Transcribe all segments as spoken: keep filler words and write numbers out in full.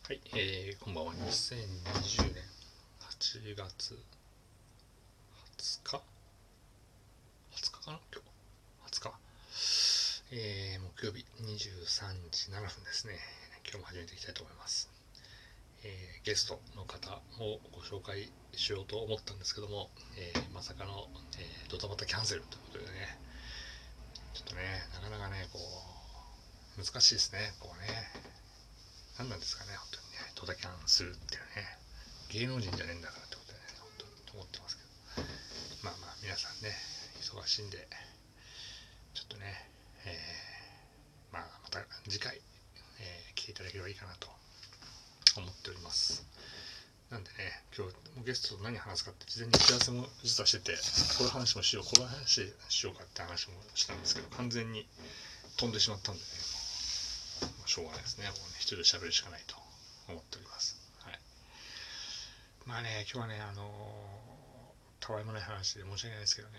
はい、えー、こんばんは。にせんにじゅうねんはちがつはつか ?はつか かな今日。はつか。えー、木曜日にじゅうさんじななふんですね。今日も始めていきたいと思います。えー、ゲストの方をご紹介しようと思ったんですけども、えー、まさかの、えー、ドタバタキャンセルということでね、ちょっとね、なかなかね、こう、難しいですね、こうね。何なんですかね、本当にね、ドタキャンするっていうね。芸能人じゃねえんだからってことでね、本当に思ってますけど。まあまあ皆さんね忙しいんでちょっとね、えー、まあまた次回、えー、来ていただければいいかなと思っております。なんでね今日ゲストと何話すかって事前に打ち合わせも実はしてて、こういう話もしようこういう話しようかって話もしたんですけど完全に飛んでしまったんでね、まあ、しょうがないですね。もうね一人で喋るしかないと思っております。はい。まあね今日はねあのー、たわいもない話で申し訳ないですけどね、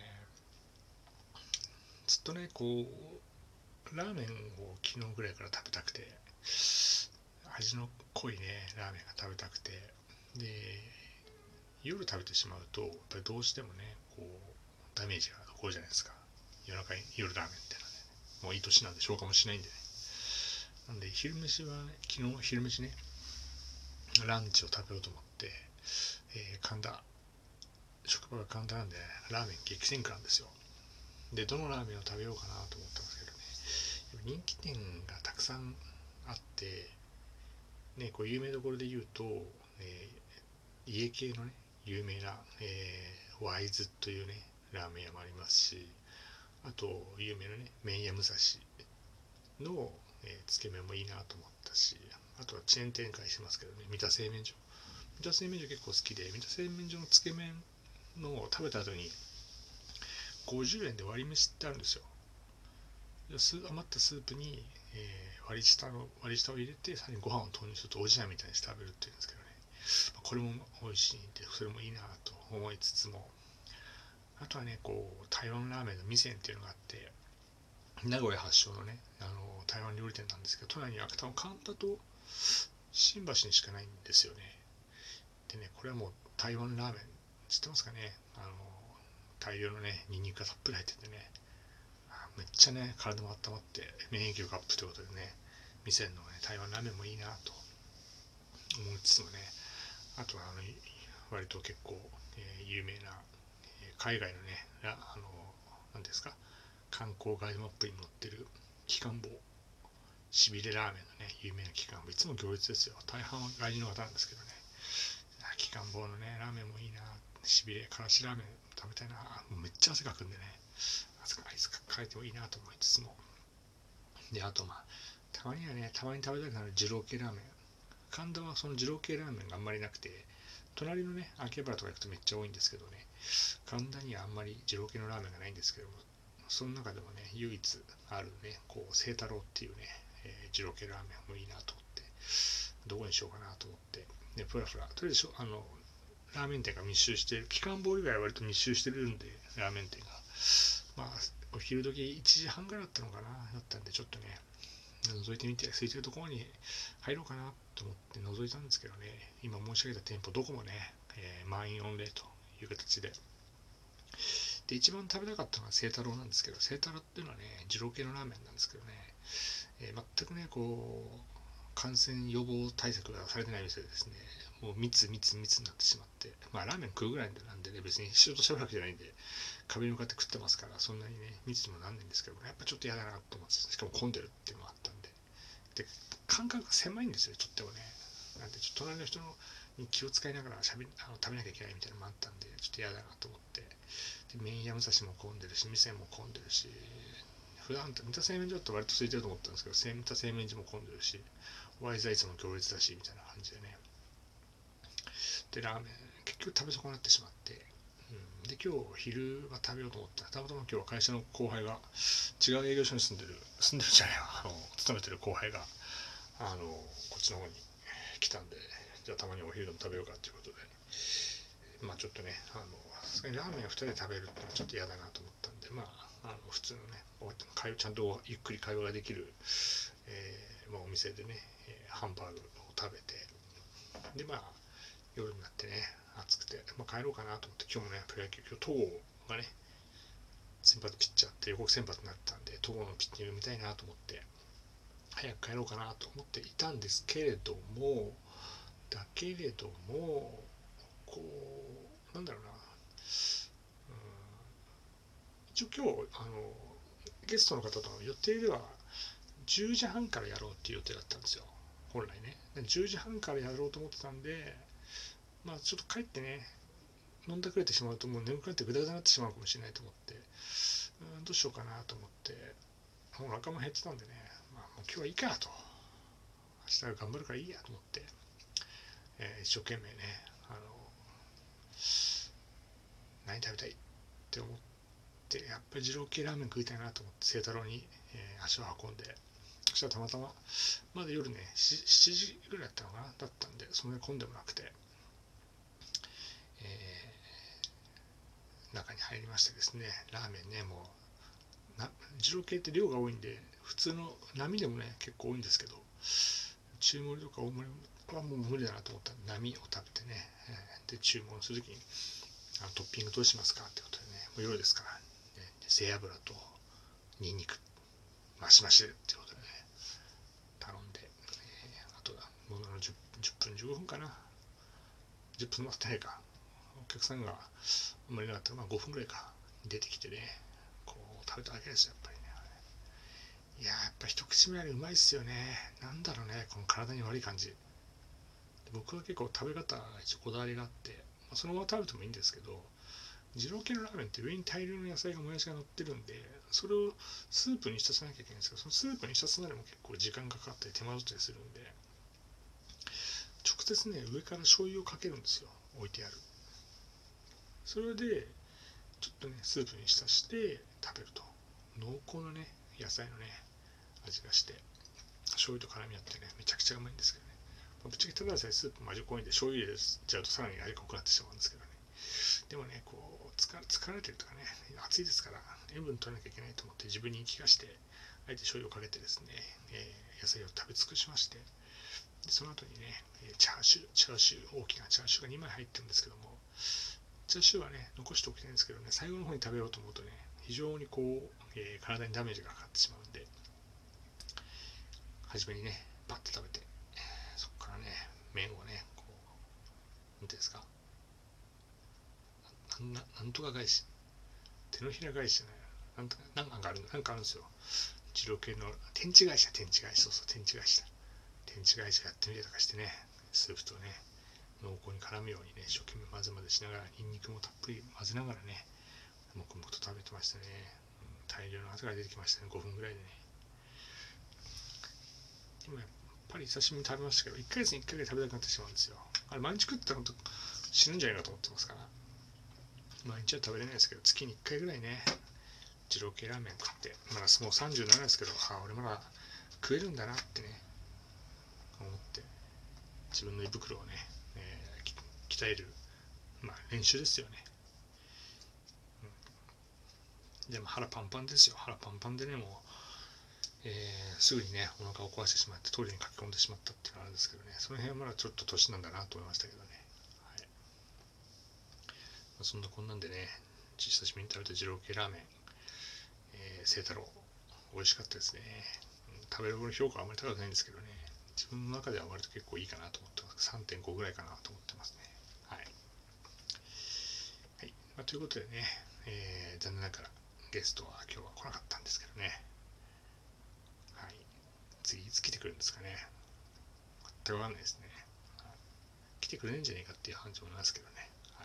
ずっとねこうラーメンを昨日ぐらいから食べたくて、味の濃いねラーメンが食べたくて、で夜食べてしまうとやっぱりどうしてもねこうダメージが残るじゃないですか。夜中に夜ラーメンってのはね、もういい年なんで消化もしないんでね。なんで昼飯はね、昨日昼飯ねランチを食べようと思って、えー、神田職場が神田なんで、ね、ラーメン激戦区なんですよ。でどのラーメンを食べようかなと思ったんですけどね、人気店がたくさんあって、ね、こう有名どころで言うと、えー、家系のね有名な、えー、ワイズというねラーメン屋もありますし、あと有名なね麺屋武蔵の、えー、つけ麺もいいなと思ったし、あとはチェーン展開しますけどね、三田製麺所三田製麺所結構好きで、三田製麺所のつけ麺の食べた後にごじゅうえんで割り飯ってあるんですよ。余ったスープに、えー、割り下の割り下を入れてさらにご飯を投入するとおじやみたいにして食べるっていうんですけどね、まあ、これも美味しいんでそれもいいなと思いつつも、あとはねこう台湾ラーメンの味仙っていうのがあって、名古屋発祥のねあの台湾料理店なんですけど、都内には多分神田と新橋にしかないんですよね。でねこれはもう台湾ラーメン知ってますかね。あの大量のねニンニクがたっぷり入っててね、めっちゃね体も温まって免疫力アップということでね、店のね台湾ラーメンもいいなと思いつつもね、あとはあの割と結構、えー有名な、えー海外のねあの何ですか、観光ガイドマップに載ってる機関棒しびれラーメンのね有名な機関棒、いつも行列ですよ。大半は外人の方なんですけどね、機関棒のねラーメンもいいな、しびれからしラーメン食べたいな、もうめっちゃ汗かくんでね、あそこあいつか書いてもいいなと思いつつも、であとまあたまにはねたまに食べたくなる二郎系ラーメン、神田はその二郎系ラーメンがあんまりなくて、隣のね秋葉原とか行くとめっちゃ多いんですけどね、神田にはあんまり二郎系のラーメンがないんですけども、その中でもね唯一あるねこう清太郎っていうね、えー、二郎系ラーメンもいいなと思って、どこにしようかなと思ってでプラプラとりあえずあのラーメン店が密集している、機関ボール以外は割と密集してるんで、ラーメン店がまあお昼時いちじはんぐらいだったのかな、だったんでちょっとね覗いてみて、空いてるところに入ろうかなと思って覗いたんですけどね、今申し上げた店舗どこもね、えー、満員御礼という形で、で一番食べたかったのは清太郎なんですけど、清太郎っていうのはね二郎系のラーメンなんですけどね、えー、全くねこう感染予防対策がされてない店でですね、もう密密密になってしまって、まあラーメン食うぐらいなんでね別に仕事しゃべるわけじゃないんで壁に向かって食ってますからそんなにね密にもなんないんですけど、やっぱちょっと嫌だなと思って、しかも混んでるっていうのがあったんで、で間隔が狭いんですよとってもね。なんでちょっと隣の人のに気を使いながらしゃべあの食べなきゃいけないみたいなのもあったんでちょっと嫌だなと思って、で麺屋武蔵も混んでるし店も混んでるし、普段三田製麺所って割と空いてると思ったんですけど三田製麺所も混んでるし、ワイズはいつも行列だしみたいな感じでね、でラーメン結局食べ損なってしまって、うん、で今日昼は食べようと思ったらたまたま今日は会社の後輩が違う営業所に住んでる住んでるじゃないわあの勤めてる後輩があのこっちの方に来たんで、じゃあたまにお昼でも食べようかということで、まあちょっとねあのさすがにラーメンをふたりで食べるってのはちょっと嫌だなと思ったんで、まああの普通のねちゃんとゆっくり会話ができる、えーまあ、お店でね、えーハンバーグを食べて、 でまあ夜になってね暑くて、まあ、帰ろうかなと思って、今日もねプロ野球、今日戸郷がね先発ピッチャーって予告先発になったんで、戸郷のピッチング見たいなと思って早く帰ろうかなと思っていたんですけれども、だけれどもこうなんだろうな、うん、一応今日あのゲストの方との予定ではじゅうじはんからやろうっていう予定だったんですよ、本来ね。じゅうじはんからやろうと思ってたんで、まあちょっと帰ってね飲んだくれてしまうともう眠くなってグダグダになってしまうかもしれないと思って、うんどうしようかなと思って、もうお腹も減ってたんでね、まあ、もう今日はいいかと、明日は頑張るからいいやと思って、えー、一生懸命ねあの何食べたいって思って、やっぱり二郎系ラーメン食いたいなと思って清太郎に、えー、足を運んで、そしたらたまたままだ夜ねしちじぐらいだったのかな、だったんでそんなに混んでもなくて、えー、中に入りましてですね、ラーメンね、もうな二郎系って量が多いんで普通の波でもね結構多いんですけど、中盛りとか大盛りはもう無理だなと思ったんで波を食べてね、えー、で注文するときにあのトッピングどうしますかってことでね、もう夜ですから、ね、背脂とニンニクマシマシでってことでね頼んで、えー、あとだものの 10, じゅっぷんじゅうごふんかな、じゅっぷん待ってないか、お客さんがあんまりなかったら、まあ、ごふんぐらいか出てきてね、こう食べただけですよ、やっぱりね。いやーやっぱ一口目あれうまいっすよね。なんだろうね、この体に悪い感じ。僕は結構食べ方一応こだわりがあって、まあ、そのまま食べてもいいんですけど、二郎系のラーメンって上に大量の野菜がもやしが乗ってるんで、それをスープに浸さなきゃいけないんですけど、そのスープに浸すのにも結構時間がかかったり手間取ったりするんで、直接ね上から醤油をかけるんですよ、置いてある。それでちょっとねスープに浸して食べると濃厚なね野菜のね味がして、醤油と絡み合ってねめちゃくちゃうまいんですけどね、まあ、ぶっちゃけただでさえスープも味濃いんで醤油入れちゃうとさらに味濃くなってしまうんですけどね。でもねこう疲れてるとかね暑いですから塩分取らなきゃいけないと思って自分に言い聞かしてあえて醤油をかけてですね、えー、野菜を食べ尽くしまして、でその後にねチャーシューチャーシュー大きなチャーシューがにまい入ってるんですけども、チャーシューはね残しておきたいんですけどね、最後の方に食べようと思うとね非常にこう、えー、体にダメージがかかってしまうんで、初めにねパッと食べて、そこからね麺をねこうなんていうんですか、なんななんとか返し手のひら返しじゃないなんとかなんかあるなんかあるんですよ、二郎系の天地返しだ天地返しそうそう天地返しだ天地返しやってみたりとかしてね、スープとね濃厚に絡むようにね一生懸命混ぜ混ぜしながらニンニクもたっぷり混ぜながらね黙々と食べてましたね、うん、大量の汗が出てきましたね、ごふんぐらいでね。でもやっぱり久しぶりに食べましたけど、いっかげつにいっかいぐらい食べたくなってしまうんですよ。あれ毎日食ったら本当死ぬんじゃないかと思ってますから、毎日は食べれないですけど月にいっかいぐらいね二郎系ラーメン食って、まだもうさんじゅうななですけど、あ俺まだ食えるんだなってね思って、自分の胃袋をね、えー、鍛える、まあ、練習ですよね、うん、でも腹パンパンですよ、腹パンパンでねもう、えー、すぐにねお腹を壊してしまってトイレに駆け込んでしまったっていうのがあるんですけどね、その辺はまだちょっと年なんだなと思いましたけどね、はい、まあ、そんなこんなんでね久しぶりに食べた二郎系ラーメン、えー、清太郎美味しかったですね、うん、食べログの評価はあまり高くないんですけどね、自分の中では割と結構いいかなと思ってます。さんてんごぐらいかなと思ってますね。はい。はいまあ、ということでね、えー、残念ながらゲストは今日は来なかったんですけどね。はい。次いつ来てくるんですかね。全くわかんないですね。来てくれないんじゃねえかっていう感じもありますけどね。はい。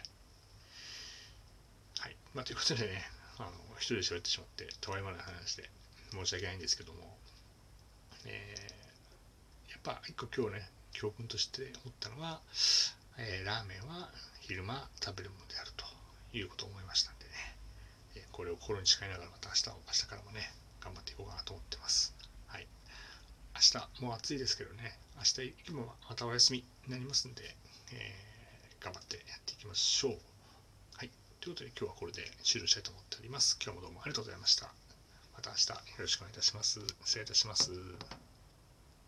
はい。まあ、ということでね、あの、一人で喋ってしまって、たわいもない話で申し訳ないんですけども、えー、やっぱ一個今日ね、教訓として思ったのは、えー、ラーメンは昼間食べるものであるということを思いましたんでね、えー、これを心に誓いながらまた明日を明日からもね頑張っていこうかなと思ってます。はい。明日もう暑いですけどね、明日今はまたお休みになりますんで、えー、頑張ってやっていきましょう。はい。ということで今日はこれで終了したいと思っております。今日もどうもありがとうございました。また明日よろしくお願いいたします。失礼いたします。